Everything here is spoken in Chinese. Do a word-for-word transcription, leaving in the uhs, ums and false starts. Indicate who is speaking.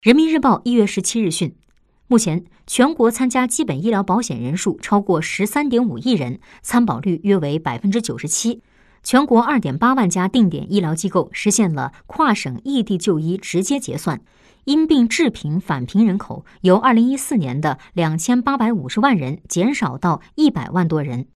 Speaker 1: 人民日报一月十七日讯，目前全国参加基本医疗保险人数超过十三点五亿人，参保率约为百分之九十七。全国二点八万家定点医疗机构实现了跨省异地就医直接结算，因病致贫返贫人口由二零一四年的两千八百五十万人减少到一百万多人。